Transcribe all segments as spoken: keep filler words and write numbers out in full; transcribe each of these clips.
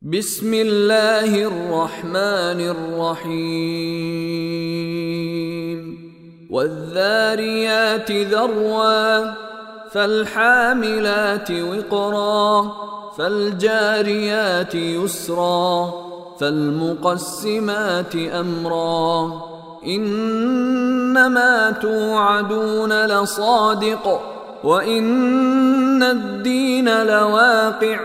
بسم الله الرحمن الرحيم والذاريات ذروا فالحاملات وقرا فالجاريات يسرا فالمقسمات أمرا إنما توعدون لصادق وإن الدين لواقع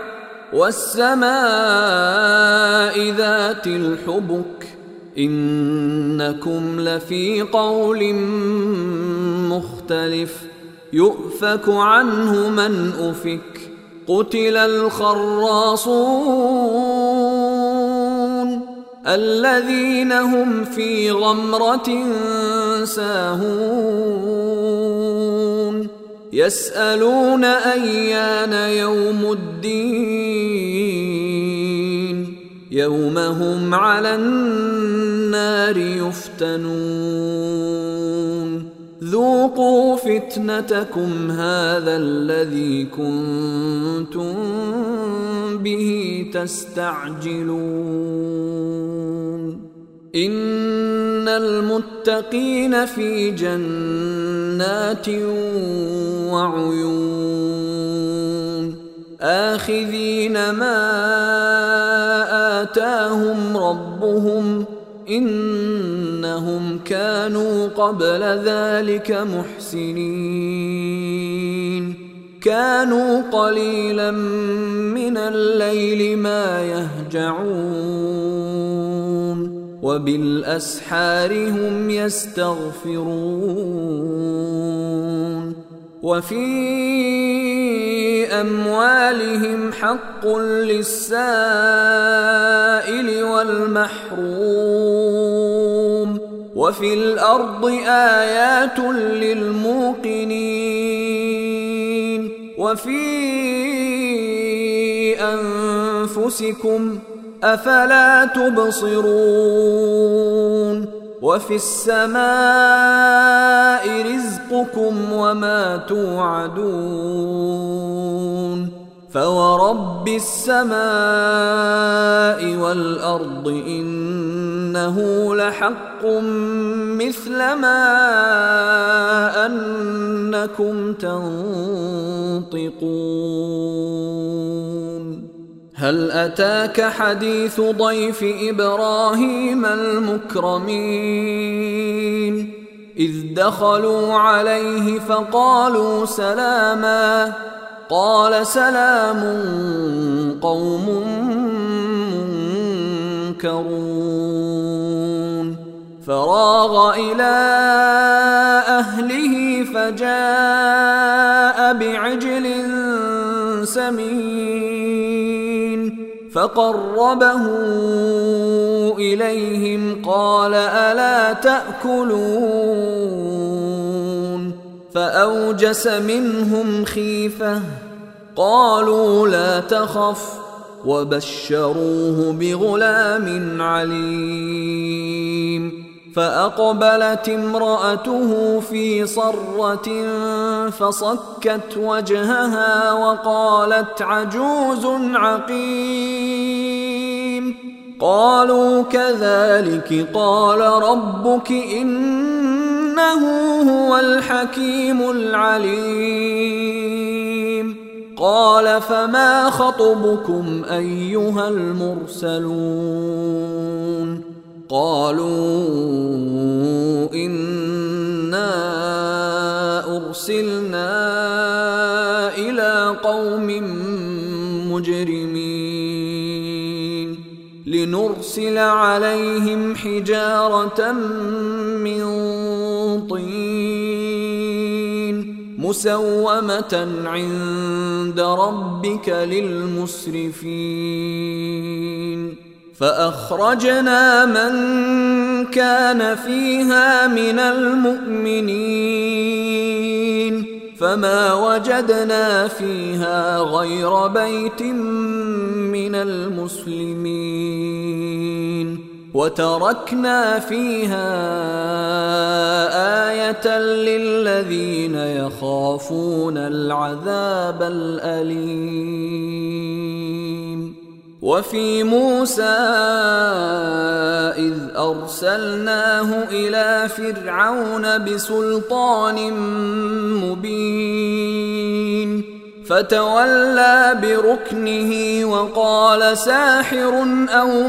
والسماء ذات الحبك إنكم لفي قول مختلف يؤفك عنه من أفك قتل الخراصون الذين هم في غمرة ساهون يسألون أيان يوم الدين يوم هم على النار يفتنون ذوقوا فتنتكم هذا الذي كنتم به تستعجلون إن المتقين في جنات وعيون آخذين ما آتاهم ربهم إنهم كانوا قبل ذلك محسنين كانوا قليلا من الليل ما يهجعون وبالأسحار هم يستغفرون وفي أموالهم حق للسائل والمحروم وفي الأرض آيات للموقنين وفي أنفسكم أفلا تبصرون وفي السماء رزقكم وما توعدون فورب السماء والأرض إنه لحق مثل ما أنكم تنطقون هل أتاك حديث ضيف إبراهيم المكرمين إذ دخلوا عليه فقالوا سلاما قال سلام قوم منكرون فراغ إلى أهله فجاء بعجل سمين فقربه إليهم قال ألا تأكلون فأوجس منهم خيفة قالوا لا تخف وبشروه بغلام عليم فأقبلت امرأته في صرة فصكت وجهها وقالت عجوز عقيم قالوا كذلك قال ربك إنه هو الحكيم العليم قال فما خطبكم أيها المرسلون قالوا إنا أرسلنا إلى قوم مجرمين لنرسل عليهم حجارة من طين مسومة عند ربك للمسرفين فأخرجنا من كان فيها من المؤمنين فما وجدنا فيها غير بيت من المسلمين وتركنا فيها آية للذين يخافون العذاب الأليم وفي موسى إذ أرسلناه إلى فرعون بسلطان مبين فتولى بركنه وقال ساحر أو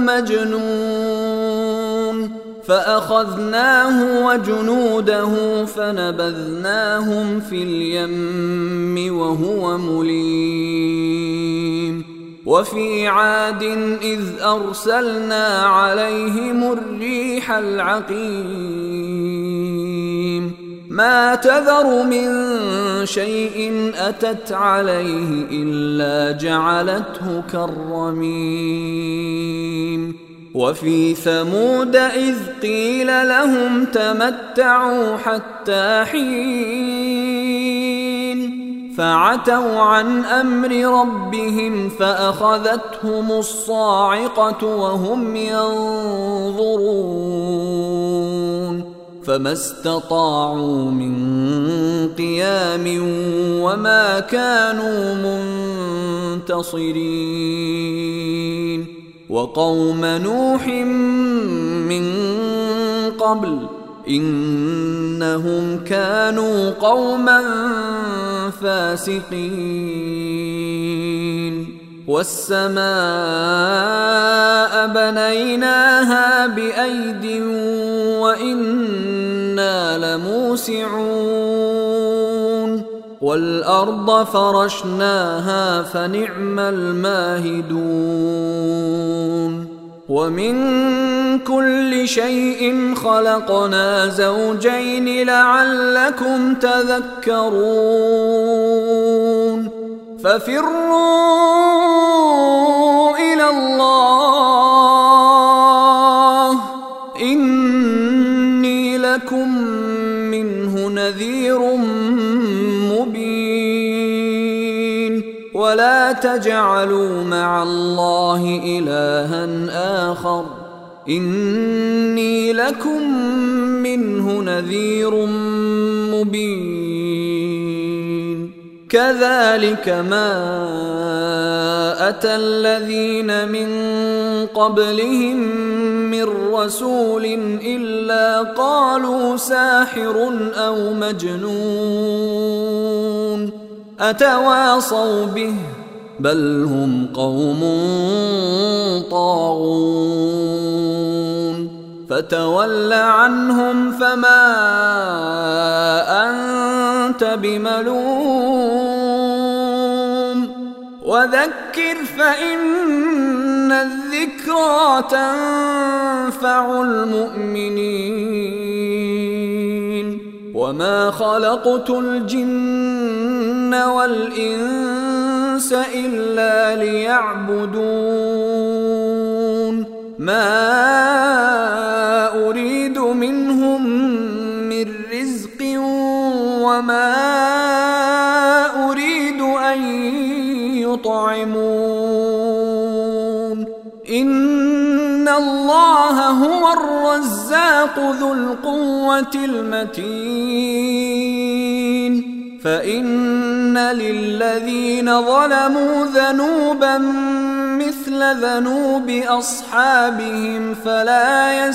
مجنون فأخذناه وجنوده فنبذناهم في اليم وهو مليم وفي عاد إذ أرسلنا عليهم الريح العقيم ما تذر من شيء أتت عليه إلا جعلته كالرميم وفي ثمود إذ قيل لهم تمتعوا حتى حين فعتوا عن أمر ربهم فأخذتهم الصاعقة وهم ينظرون فما استطاعوا من قيام وما كانوا منتصرين وقوم نوح من قبل إنهم كانوا قوما فاسقين والسماء بنيناها بأيد وإنا لموسعون والأرض فرشناها فنعم الماهدون ومن كل شيء خلقنا زوجين لعلكم تذكرون ففروا إلى الله إني لكم منه نذير مبين ولا تجعلوا مع الله إلها آخر إني لكم منه نذير مبين كذلك ما أتى الذين من قبلهم من رسول إلا قالوا ساحر أو مجنون أتواصوا به بل هم قوم طاغون فتول عنهم فما أنت بملوم وذكر فإن الذكرى تنفع المؤمنين وما خلقت الجن والإنس إلا ليعبدون ما أريد منهم من رزق وما أريد أن يطعمون إن الله هو الرزاق ذو القوة المتين فإن للذين ظلموا ذنوبا مثل ذنوب أصحابهم فلا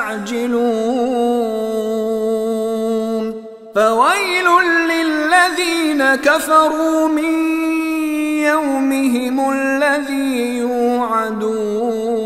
يستعجلون فويل للذين كفروا من يومهم الذي يوعدون